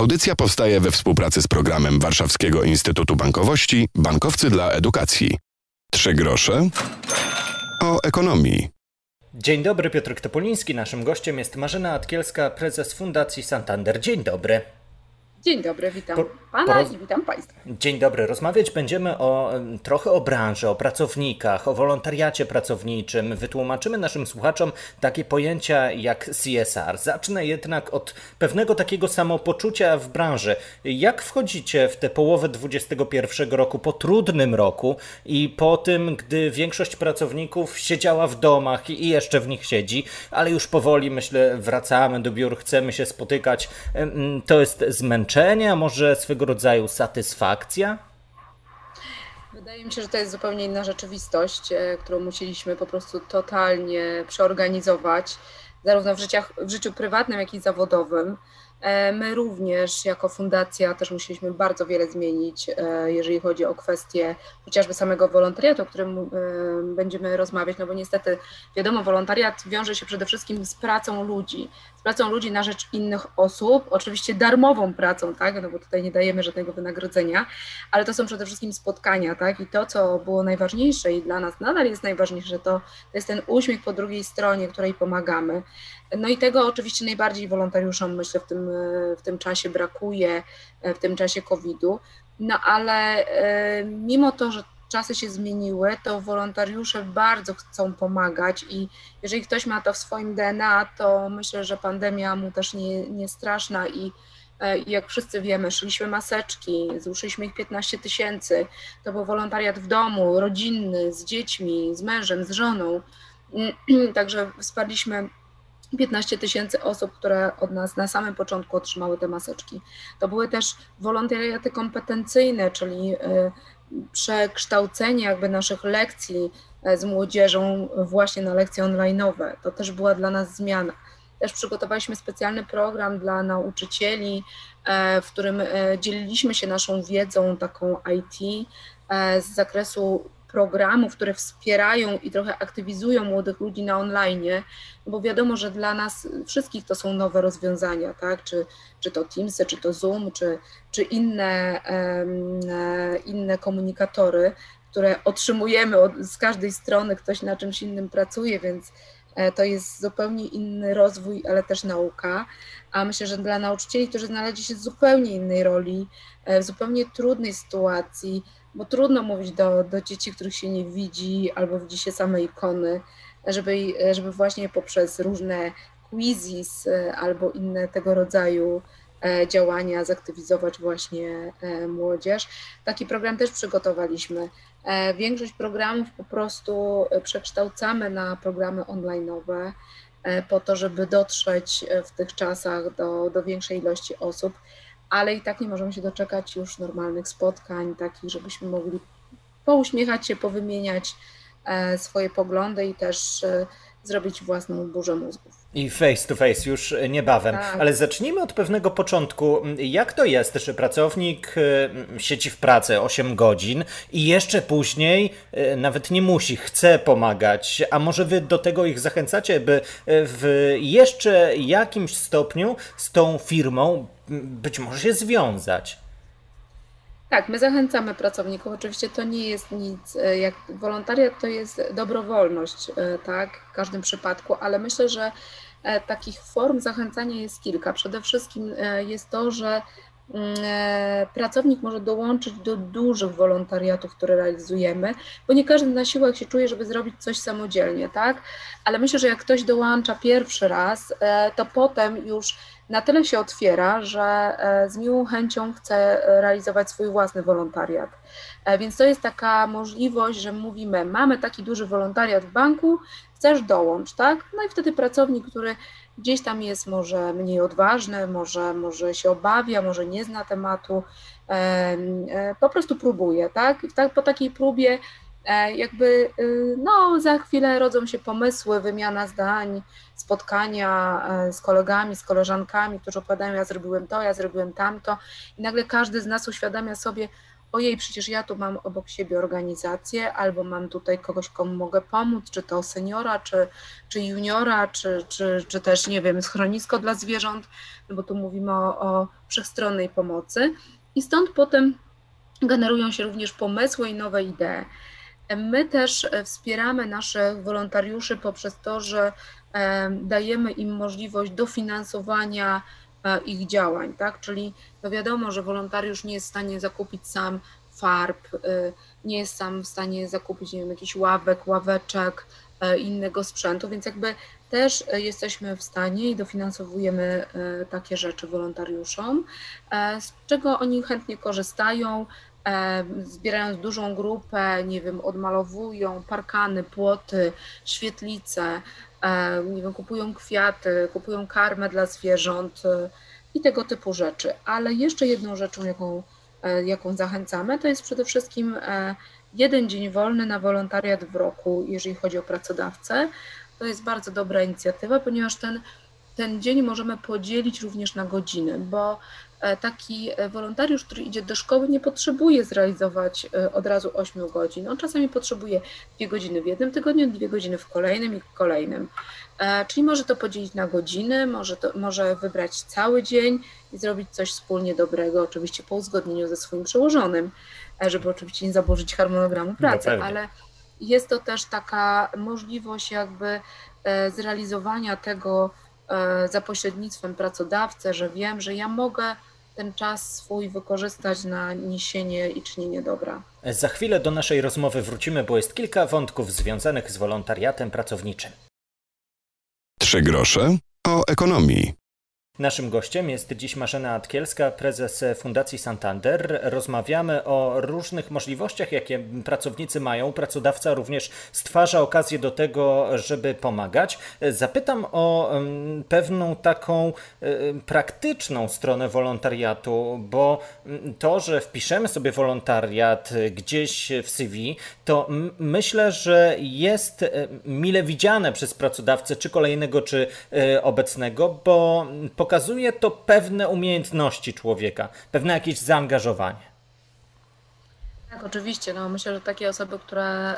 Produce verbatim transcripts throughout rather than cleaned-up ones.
Audycja powstaje we współpracy z programem Warszawskiego Instytutu Bankowości Bankowcy dla Edukacji. Trzy grosze o ekonomii. Dzień dobry, Piotr Topoliński. Naszym gościem jest Marzena Atkielska, prezes Fundacji Santander. Dzień dobry. Dzień dobry, witam Po, Pana poroz... i witam Państwa. Dzień dobry. Rozmawiać będziemy o, trochę o branży, o pracownikach, o wolontariacie pracowniczym. Wytłumaczymy naszym słuchaczom takie pojęcia jak C S R. Zacznę jednak od pewnego takiego samopoczucia w branży. Jak wchodzicie w tę połowę dwudziestego pierwszego roku, po trudnym roku i po tym, gdy większość pracowników siedziała w domach i jeszcze w nich siedzi, ale już powoli, myślę, wracamy do biur, chcemy się spotykać. To jest zmęczenie. A może swego rodzaju satysfakcja? Wydaje mi się, że to jest zupełnie inna rzeczywistość, którą musieliśmy po prostu totalnie przeorganizować, zarówno w, życiach, w życiu prywatnym, jak i zawodowym. My również jako fundacja też musieliśmy bardzo wiele zmienić, jeżeli chodzi o kwestie chociażby samego wolontariatu, o którym będziemy rozmawiać, no bo niestety wiadomo, wolontariat wiąże się przede wszystkim z pracą ludzi, z pracą ludzi na rzecz innych osób, oczywiście darmową pracą, tak, no bo tutaj nie dajemy żadnego wynagrodzenia, ale to są przede wszystkim spotkania, tak, i to, co było najważniejsze i dla nas nadal jest najważniejsze, to, to jest ten uśmiech po drugiej stronie, której pomagamy. No i tego oczywiście najbardziej wolontariuszom, myślę, w tym, w tym czasie brakuje, w tym czasie kowida. No ale mimo to, że czasy się zmieniły, to wolontariusze bardzo chcą pomagać i jeżeli ktoś ma to w swoim D N A, to myślę, że pandemia mu też nie, nie straszna i I jak wszyscy wiemy, szyliśmy maseczki, złuszyliśmy ich piętnaście tysięcy, to był wolontariat w domu, rodzinny, z dziećmi, z mężem, z żoną, także wsparliśmy piętnaście tysięcy osób, które od nas na samym początku otrzymały te maseczki. To były też wolontariaty kompetencyjne, czyli przekształcenie jakby naszych lekcji z młodzieżą właśnie na lekcje online'owe. To też była dla nas zmiana. Też przygotowaliśmy specjalny program dla nauczycieli, w którym dzieliliśmy się naszą wiedzą taką I T z zakresu programów, które wspierają i trochę aktywizują młodych ludzi na online, bo wiadomo, że dla nas wszystkich to są nowe rozwiązania, tak? Czy, czy to Teamsy, czy to Zoom, czy, czy inne, um, inne komunikatory, które otrzymujemy od, z każdej strony, ktoś na czymś innym pracuje, więc to jest zupełnie inny rozwój, ale też nauka, a myślę, że dla nauczycieli, którzy znaleźli się w zupełnie innej roli, w zupełnie trudnej sytuacji, bo trudno mówić do, do dzieci, których się nie widzi albo widzi się same ikony, żeby, żeby właśnie poprzez różne quizzes albo inne tego rodzaju działania zaktywizować właśnie młodzież. Taki program też przygotowaliśmy. Większość programów po prostu przekształcamy na programy online'owe po to, żeby dotrzeć w tych czasach do, do większej ilości osób, ale i tak nie możemy się doczekać już normalnych spotkań, takich, żebyśmy mogli pouśmiechać się, powymieniać swoje poglądy i też zrobić własną burzę mózgów. I face to face już niebawem. Tak. Ale zacznijmy od pewnego początku. Jak to jest, że pracownik siedzi w pracy osiem godzin i jeszcze później nawet nie musi, chce pomagać, a może wy do tego ich zachęcacie, by w jeszcze jakimś stopniu z tą firmą być może się związać? Tak, my zachęcamy pracowników. Oczywiście to nie jest nic, jak wolontariat to jest dobrowolność, tak, w każdym przypadku, ale myślę, że takich form zachęcania jest kilka. Przede wszystkim jest to, że pracownik może dołączyć do dużych wolontariatów, które realizujemy, bo nie każdy na siłach się czuje, żeby zrobić coś samodzielnie, tak? Ale myślę, że jak ktoś dołącza pierwszy raz, to potem już na tyle się otwiera, że z miłą chęcią chce realizować swój własny wolontariat. Więc to jest taka możliwość, że mówimy, mamy taki duży wolontariat w banku, chcesz dołącz, tak? No i wtedy pracownik, który gdzieś tam jest może mniej odważny, może, może się obawia, może nie zna tematu, po prostu próbuje, tak? I tak, po takiej próbie jakby no za chwilę rodzą się pomysły, wymiana zdań, spotkania z kolegami, z koleżankami, którzy opowiadają, ja zrobiłem to, ja zrobiłem tamto i nagle każdy z nas uświadamia sobie, ojej, przecież ja tu mam obok siebie organizację, albo mam tutaj kogoś, komu mogę pomóc, czy to seniora, czy, czy juniora, czy, czy, czy też, nie wiem, schronisko dla zwierząt, no bo tu mówimy o, o wszechstronnej pomocy. I stąd potem generują się również pomysły i nowe idee. My też wspieramy naszych wolontariuszy poprzez to, że dajemy im możliwość dofinansowania ich działań, tak? Czyli no wiadomo, że wolontariusz nie jest w stanie zakupić sam farb, nie jest sam w stanie zakupić, nie wiem, jakichś ławek, ławeczek, innego sprzętu, więc jakby też jesteśmy w stanie i dofinansowujemy takie rzeczy wolontariuszom, z czego oni chętnie korzystają, zbierając dużą grupę, nie wiem, odmalowują parkany, płoty, świetlice, nie wiem, kupują kwiaty, kupują karmę dla zwierząt i tego typu rzeczy. Ale jeszcze jedną rzeczą, jaką, jaką zachęcamy, to jest przede wszystkim jeden dzień wolny na wolontariat w roku, jeżeli chodzi o pracodawcę. To jest bardzo dobra inicjatywa, ponieważ ten, ten dzień możemy podzielić również na godziny, bo taki wolontariusz, który idzie do szkoły, nie potrzebuje zrealizować od razu ośmiu godzin. On czasami potrzebuje dwie godziny w jednym tygodniu, dwie godziny w kolejnym i w kolejnym. Czyli może to podzielić na godziny, może, to, może wybrać cały dzień i zrobić coś wspólnie dobrego, oczywiście po uzgodnieniu ze swoim przełożonym, żeby oczywiście nie zaburzyć harmonogramu pracy, no ale jest to też taka możliwość jakby zrealizowania tego za pośrednictwem pracodawcy, że wiem, że ja mogę ten czas swój wykorzystać na niesienie i czynienie dobra. Za chwilę do naszej rozmowy wrócimy, bo jest kilka wątków związanych z wolontariatem pracowniczym. Trzy grosze o ekonomii. Naszym gościem jest dziś Marzena Atkielska, prezes Fundacji Santander. Rozmawiamy o różnych możliwościach, jakie pracownicy mają. Pracodawca również stwarza okazję do tego, żeby pomagać. Zapytam o pewną taką praktyczną stronę wolontariatu, bo to, że wpiszemy sobie wolontariat gdzieś w C V, to myślę, że jest mile widziane przez pracodawcę, czy kolejnego, czy obecnego, bo pokazuje to pewne umiejętności człowieka, pewne jakieś zaangażowanie. Tak, oczywiście. No, myślę, że takie osoby, które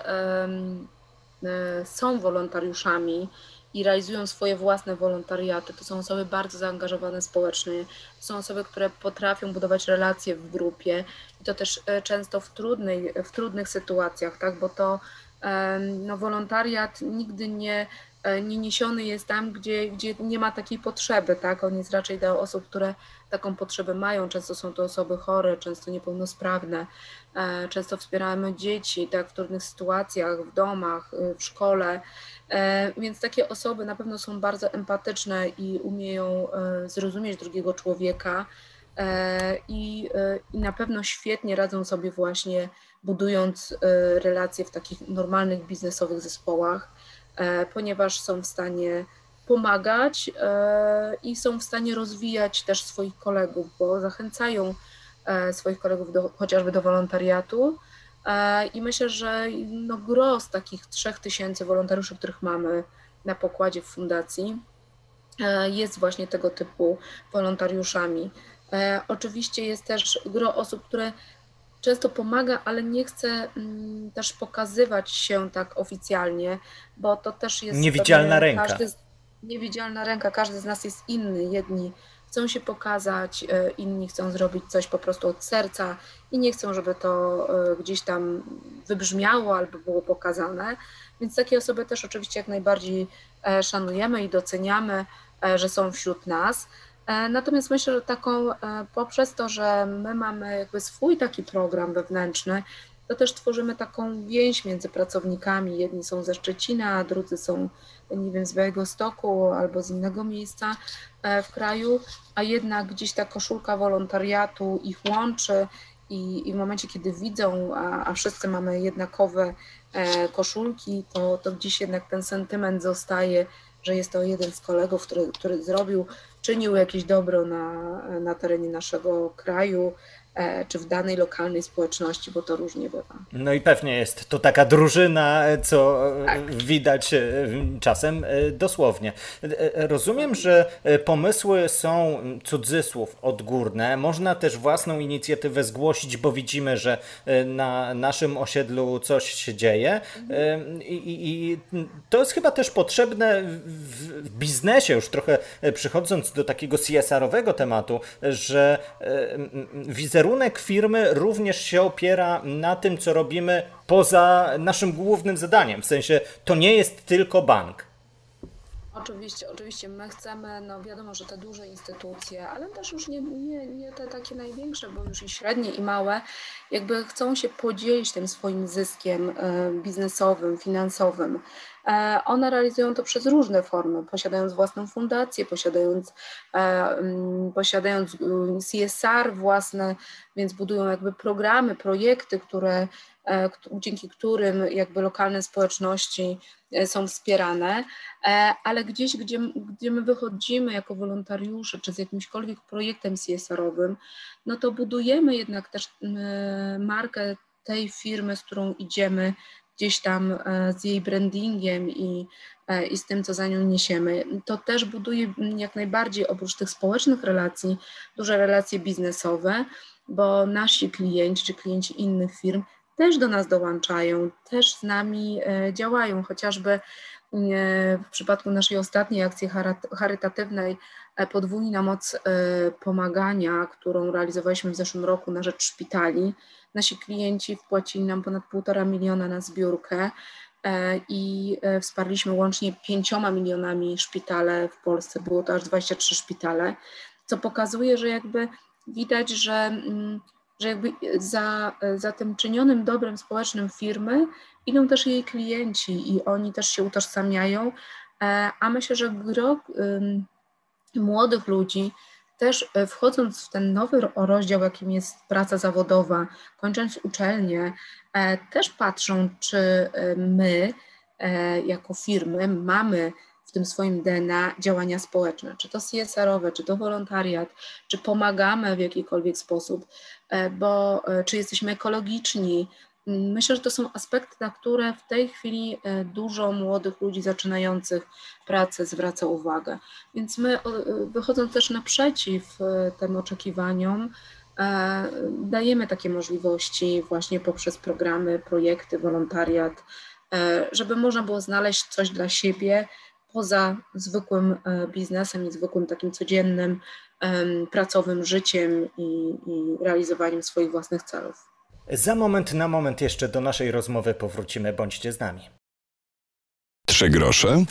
y, y, są wolontariuszami i realizują swoje własne wolontariaty, to są osoby bardzo zaangażowane społecznie, to są osoby, które potrafią budować relacje w grupie i to też y, często w, trudnej, w trudnych sytuacjach, tak? Bo to y, no, wolontariat nigdy nie nie niesiony jest tam, gdzie, gdzie nie ma takiej potrzeby, tak? On jest raczej dla osób, które taką potrzebę mają. Często są to osoby chore, często niepełnosprawne. Często wspieramy dzieci, tak, w trudnych sytuacjach, w domach, w szkole. Więc takie osoby na pewno są bardzo empatyczne i umieją zrozumieć drugiego człowieka i, i na pewno świetnie radzą sobie właśnie budując relacje w takich normalnych biznesowych zespołach, ponieważ są w stanie pomagać i są w stanie rozwijać też swoich kolegów, bo zachęcają swoich kolegów do, chociażby do wolontariatu i myślę, że no gro z takich trzech tysięcy wolontariuszy, których mamy na pokładzie w fundacji, jest właśnie tego typu wolontariuszami. Oczywiście jest też gro osób, które często pomaga, ale nie chce mm, też pokazywać się tak oficjalnie, bo to też jest... Niewidzialna ręka. Każdy, niewidzialna ręka, każdy z nas jest inny. Jedni chcą się pokazać, inni chcą zrobić coś po prostu od serca i nie chcą, żeby to gdzieś tam wybrzmiało albo było pokazane. Więc takie osoby też oczywiście jak najbardziej szanujemy i doceniamy, że są wśród nas. Natomiast myślę, że taką, poprzez to, że my mamy jakby swój taki program wewnętrzny, to też tworzymy taką więź między pracownikami. Jedni są ze Szczecina, a drudzy są, nie wiem, z Białegostoku albo z innego miejsca w kraju, a jednak gdzieś ta koszulka wolontariatu ich łączy i, i w momencie, kiedy widzą, a, a wszyscy mamy jednakowe koszulki, to, to gdzieś jednak ten sentyment zostaje, że jest to jeden z kolegów, który, który zrobił, czynił jakieś dobro na, na terenie naszego kraju czy w danej lokalnej społeczności, bo to różnie bywa. No i pewnie jest to taka drużyna, co tak. widać czasem dosłownie. Rozumiem, że pomysły są, cudzysłów, odgórne. Można też własną inicjatywę zgłosić, bo widzimy, że na naszym osiedlu coś się dzieje. I, i, i to jest chyba też potrzebne w biznesie, już trochę przychodząc do takiego C S R-owego tematu, że wizerunek firmy również się opiera na tym, co robimy poza naszym głównym zadaniem. W sensie to nie jest tylko bank. Oczywiście, oczywiście my chcemy, no wiadomo, że te duże instytucje, ale też już nie, nie, nie te takie największe, bo już i średnie i małe, jakby chcą się podzielić tym swoim zyskiem biznesowym, finansowym. One realizują to przez różne formy, posiadając własną fundację, posiadając, posiadając C S R własne, więc budują jakby programy, projekty, które, dzięki którym jakby lokalne społeczności są wspierane, ale gdzieś, gdzie, gdzie my wychodzimy jako wolontariusze, czy z jakimśkolwiek projektem C S R-owym, no to budujemy jednak też markę tej firmy, z którą idziemy, gdzieś tam z jej brandingiem i, i z tym, co za nią niesiemy. To też buduje jak najbardziej oprócz tych społecznych relacji, duże relacje biznesowe, bo nasi klienci czy klienci innych firm też do nas dołączają, też z nami działają, chociażby w przypadku naszej ostatniej akcji charytatywnej Podwójna moc pomagania, którą realizowaliśmy w zeszłym roku na rzecz szpitali. Nasi klienci wpłacili nam ponad półtora miliona na zbiórkę i wsparliśmy łącznie pięcioma milionami szpitale w Polsce, było to aż dwadzieścia trzy szpitale, co pokazuje, że jakby widać, że, że jakby za, za tym czynionym dobrem społecznym firmy idą też jej klienci i oni też się utożsamiają, a myślę, że gro młodych ludzi też wchodząc w ten nowy rozdział, jakim jest praca zawodowa, kończąc uczelnię, też patrzą, czy my jako firmy mamy w tym swoim D N A działania społeczne, czy to C S R-owe, czy to wolontariat, czy pomagamy w jakikolwiek sposób, bo czy jesteśmy ekologiczni. Myślę, że to są aspekty, na które w tej chwili dużo młodych ludzi zaczynających pracę zwraca uwagę. Więc my, wychodząc też naprzeciw tym oczekiwaniom, dajemy takie możliwości właśnie poprzez programy, projekty, wolontariat, żeby można było znaleźć coś dla siebie poza zwykłym biznesem i zwykłym takim codziennym pracowym życiem i, i realizowaniem swoich własnych celów. Za moment na moment jeszcze do naszej rozmowy powrócimy, bądźcie z nami. Trzy grosze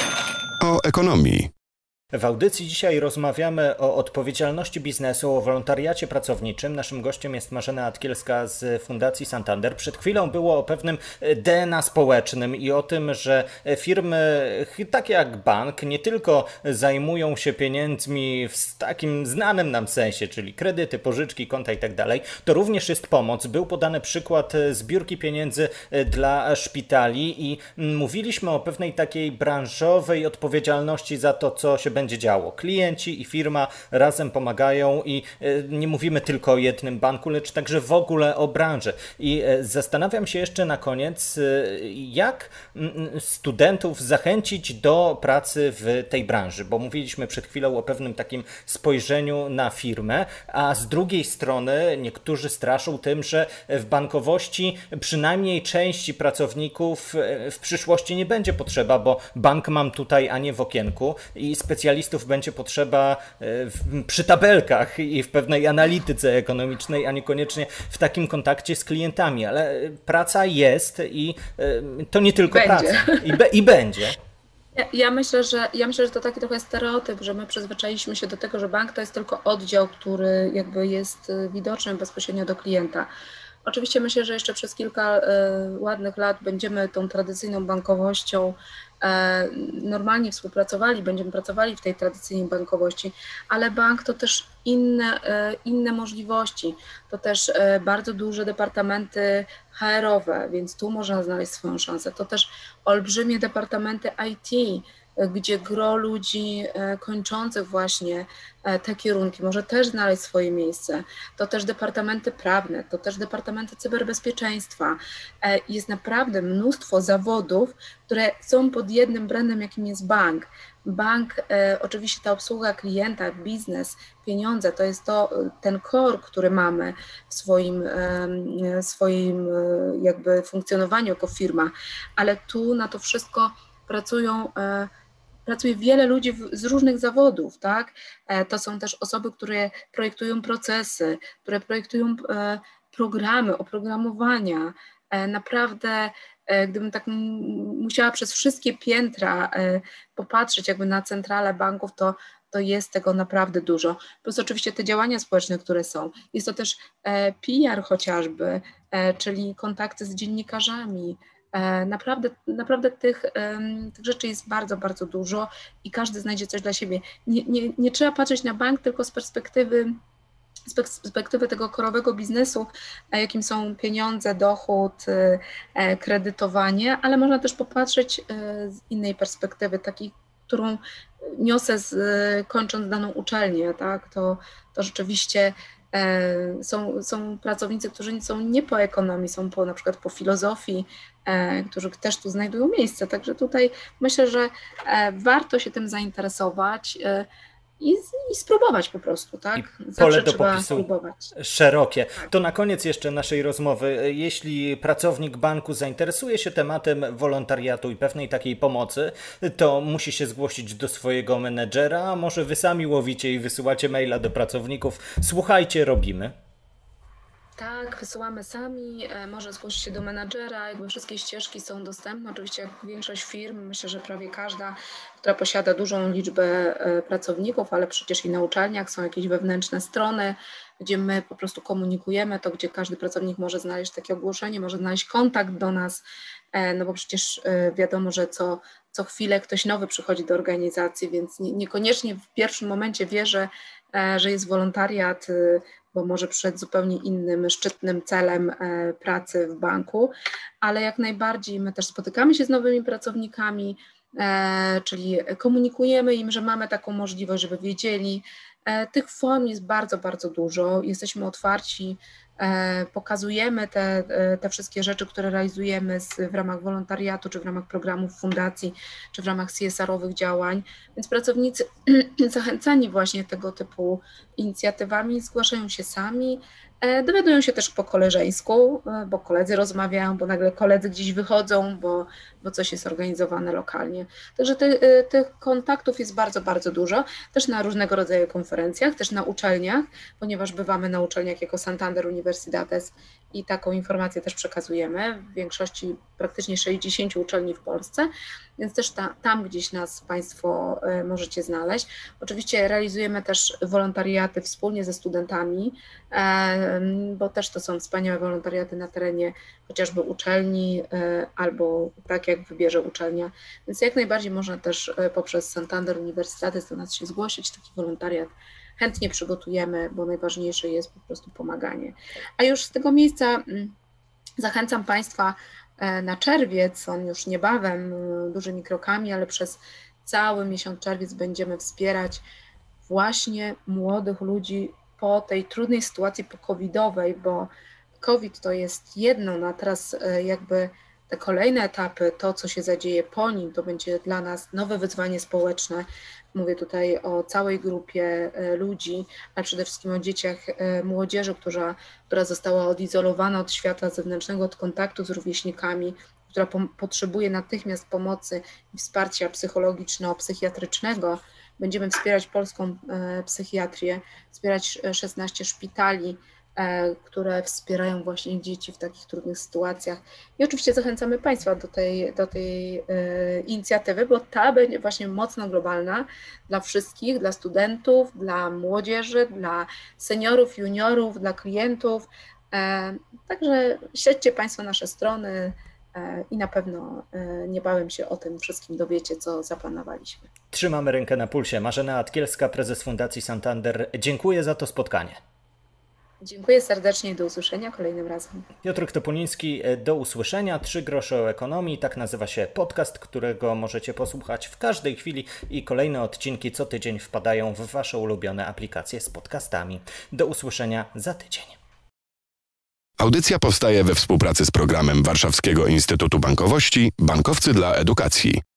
o ekonomii. W audycji dzisiaj rozmawiamy o odpowiedzialności biznesu, o wolontariacie pracowniczym. Naszym gościem jest Marzena Atkielska z Fundacji Santander. Przed chwilą było o pewnym D N A społecznym i o tym, że firmy takie jak bank nie tylko zajmują się pieniędzmi w takim znanym nam sensie, czyli kredyty, pożyczki, konta i tak dalej, to również jest pomoc. Był podany przykład zbiórki pieniędzy dla szpitali i mówiliśmy o pewnej takiej branżowej odpowiedzialności za to, co się będzie działo. Klienci i firma razem pomagają i nie mówimy tylko o jednym banku, lecz także w ogóle o branży. I zastanawiam się jeszcze na koniec, jak studentów zachęcić do pracy w tej branży, bo mówiliśmy przed chwilą o pewnym takim spojrzeniu na firmę, a z drugiej strony niektórzy straszą tym, że w bankowości przynajmniej części pracowników w przyszłości nie będzie potrzeba, bo bank mam tutaj, a nie w okienku i specjalistów będzie potrzeba w, przy tabelkach i w pewnej analityce ekonomicznej, a niekoniecznie w takim kontakcie z klientami, ale praca jest i to nie tylko będzie. Praca. I, be, i będzie. Ja, ja, myślę, że, ja myślę, że to taki trochę stereotyp, że my przyzwyczailiśmy się do tego, że bank to jest tylko oddział, który jakby jest widoczny bezpośrednio do klienta. Oczywiście myślę, że jeszcze przez kilka y, ładnych lat będziemy tą tradycyjną bankowością y, normalnie współpracowali, będziemy pracowali w tej tradycyjnej bankowości, ale bank to też inne, y, inne możliwości, to też y, bardzo duże departamenty H R-owe, więc tu można znaleźć swoją szansę, to też olbrzymie departamenty I T, gdzie gro ludzi kończących właśnie te kierunki może też znaleźć swoje miejsce. To też departamenty prawne, to też departamenty cyberbezpieczeństwa. Jest naprawdę mnóstwo zawodów, które są pod jednym brandem, jakim jest bank. Bank, oczywiście ta obsługa klienta, biznes, pieniądze, to jest to ten core, który mamy w swoim, swoim jakby funkcjonowaniu jako firma, ale tu na to wszystko pracują Pracuje wiele ludzi z różnych zawodów, tak? To są też osoby, które projektują procesy, które projektują programy, oprogramowania. Naprawdę, gdybym tak musiała przez wszystkie piętra popatrzeć jakby na centralę banków, to, to jest tego naprawdę dużo. Plus oczywiście te działania społeczne, które są. Jest to też P R chociażby, czyli kontakty z dziennikarzami. Naprawdę, naprawdę tych, tych rzeczy jest bardzo, bardzo dużo i każdy znajdzie coś dla siebie. Nie, nie, nie trzeba patrzeć na bank tylko z perspektywy, z perspektywy tego korowego biznesu, jakim są pieniądze, dochód, kredytowanie, ale można też popatrzeć z innej perspektywy, takiej, którą niosę z, kończąc daną uczelnię, tak? To, to rzeczywiście Są, są pracownicy, którzy są nie po ekonomii, są po, na przykład po filozofii, którzy też tu znajdują miejsce. Także tutaj myślę, że warto się tym zainteresować i, i spróbować po prostu, tak? I pole do popisu spróbować. szerokie. Tak. To na koniec jeszcze naszej rozmowy. Jeśli pracownik banku zainteresuje się tematem wolontariatu i pewnej takiej pomocy, to musi się zgłosić do swojego menedżera, a może wy sami łowicie i wysyłacie maila do pracowników. Słuchajcie, robimy. Tak, wysyłamy sami, może zgłosić się do menadżera, jakby wszystkie ścieżki są dostępne, oczywiście jak większość firm, myślę, że prawie każda, która posiada dużą liczbę pracowników, ale przecież i na uczelniach są jakieś wewnętrzne strony, gdzie my po prostu komunikujemy to, gdzie każdy pracownik może znaleźć takie ogłoszenie, może znaleźć kontakt do nas, no bo przecież wiadomo, że co, co chwilę ktoś nowy przychodzi do organizacji, więc nie, niekoniecznie w pierwszym momencie wie, że, że jest wolontariat, bo może przed zupełnie innym, szczytnym celem pracy w banku, ale jak najbardziej my też spotykamy się z nowymi pracownikami, czyli komunikujemy im, że mamy taką możliwość, żeby wiedzieli. Tych form jest bardzo, bardzo dużo, jesteśmy otwarci, pokazujemy te, te wszystkie rzeczy, które realizujemy z, w ramach wolontariatu, czy w ramach programów fundacji, czy w ramach C S R-owych działań, więc pracownicy zachęcani właśnie tego typu inicjatywami zgłaszają się sami, dowiadują się też po koleżeńsku, bo koledzy rozmawiają, bo nagle koledzy gdzieś wychodzą, bo, bo coś jest organizowane lokalnie. Także ty, tych kontaktów jest bardzo, bardzo dużo, też na różnego rodzaju konferencjach, też na uczelniach, ponieważ bywamy na uczelniach jako Santander Universidades i taką informację też przekazujemy w większości praktycznie sześćdziesięciu uczelni w Polsce, więc też ta, tam gdzieś nas Państwo możecie znaleźć. Oczywiście realizujemy też wolontariaty wspólnie ze studentami, bo też to są wspaniałe wolontariaty na terenie chociażby uczelni albo tak jak wybierze uczelnia, więc jak najbardziej można też poprzez Santander Universidades do nas się zgłosić, taki wolontariat chętnie przygotujemy, bo najważniejsze jest po prostu pomaganie. A już z tego miejsca zachęcam Państwa na czerwiec, on już niebawem, dużymi krokami, ale przez cały miesiąc czerwiec będziemy wspierać właśnie młodych ludzi po tej trudnej sytuacji po-covidowej, bo COVID to jest jedno, no a teraz jakby te kolejne etapy, to co się zadzieje po nim, to będzie dla nas nowe wyzwanie społeczne. Mówię tutaj o całej grupie ludzi, ale przede wszystkim o dzieciach, młodzieży, która, która została odizolowana od świata zewnętrznego, od kontaktu z rówieśnikami, która po, potrzebuje natychmiast pomocy i wsparcia psychologiczno-psychiatrycznego. Będziemy wspierać polską psychiatrię, wspierać szesnaście szpitali, które wspierają właśnie dzieci w takich trudnych sytuacjach. I oczywiście zachęcamy Państwa do tej, do tej inicjatywy, bo ta będzie właśnie mocno globalna dla wszystkich, dla studentów, dla młodzieży, dla seniorów, juniorów, dla klientów. Także śledźcie Państwo nasze strony i na pewno niebawem się o tym wszystkim dowiecie, co zaplanowaliśmy. Trzymamy rękę na pulsie. Marzena Atkielska, prezes Fundacji Santander. Dziękuję za to spotkanie. Dziękuję serdecznie i do usłyszenia kolejnym razem. Piotr Topuliński, do usłyszenia. Trzy grosze o ekonomii. Tak nazywa się podcast, którego możecie posłuchać w każdej chwili i kolejne odcinki co tydzień wpadają w wasze ulubione aplikacje z podcastami. Do usłyszenia za tydzień. Audycja powstaje we współpracy z programem Warszawskiego Instytutu Bankowości Bankowcy dla Edukacji.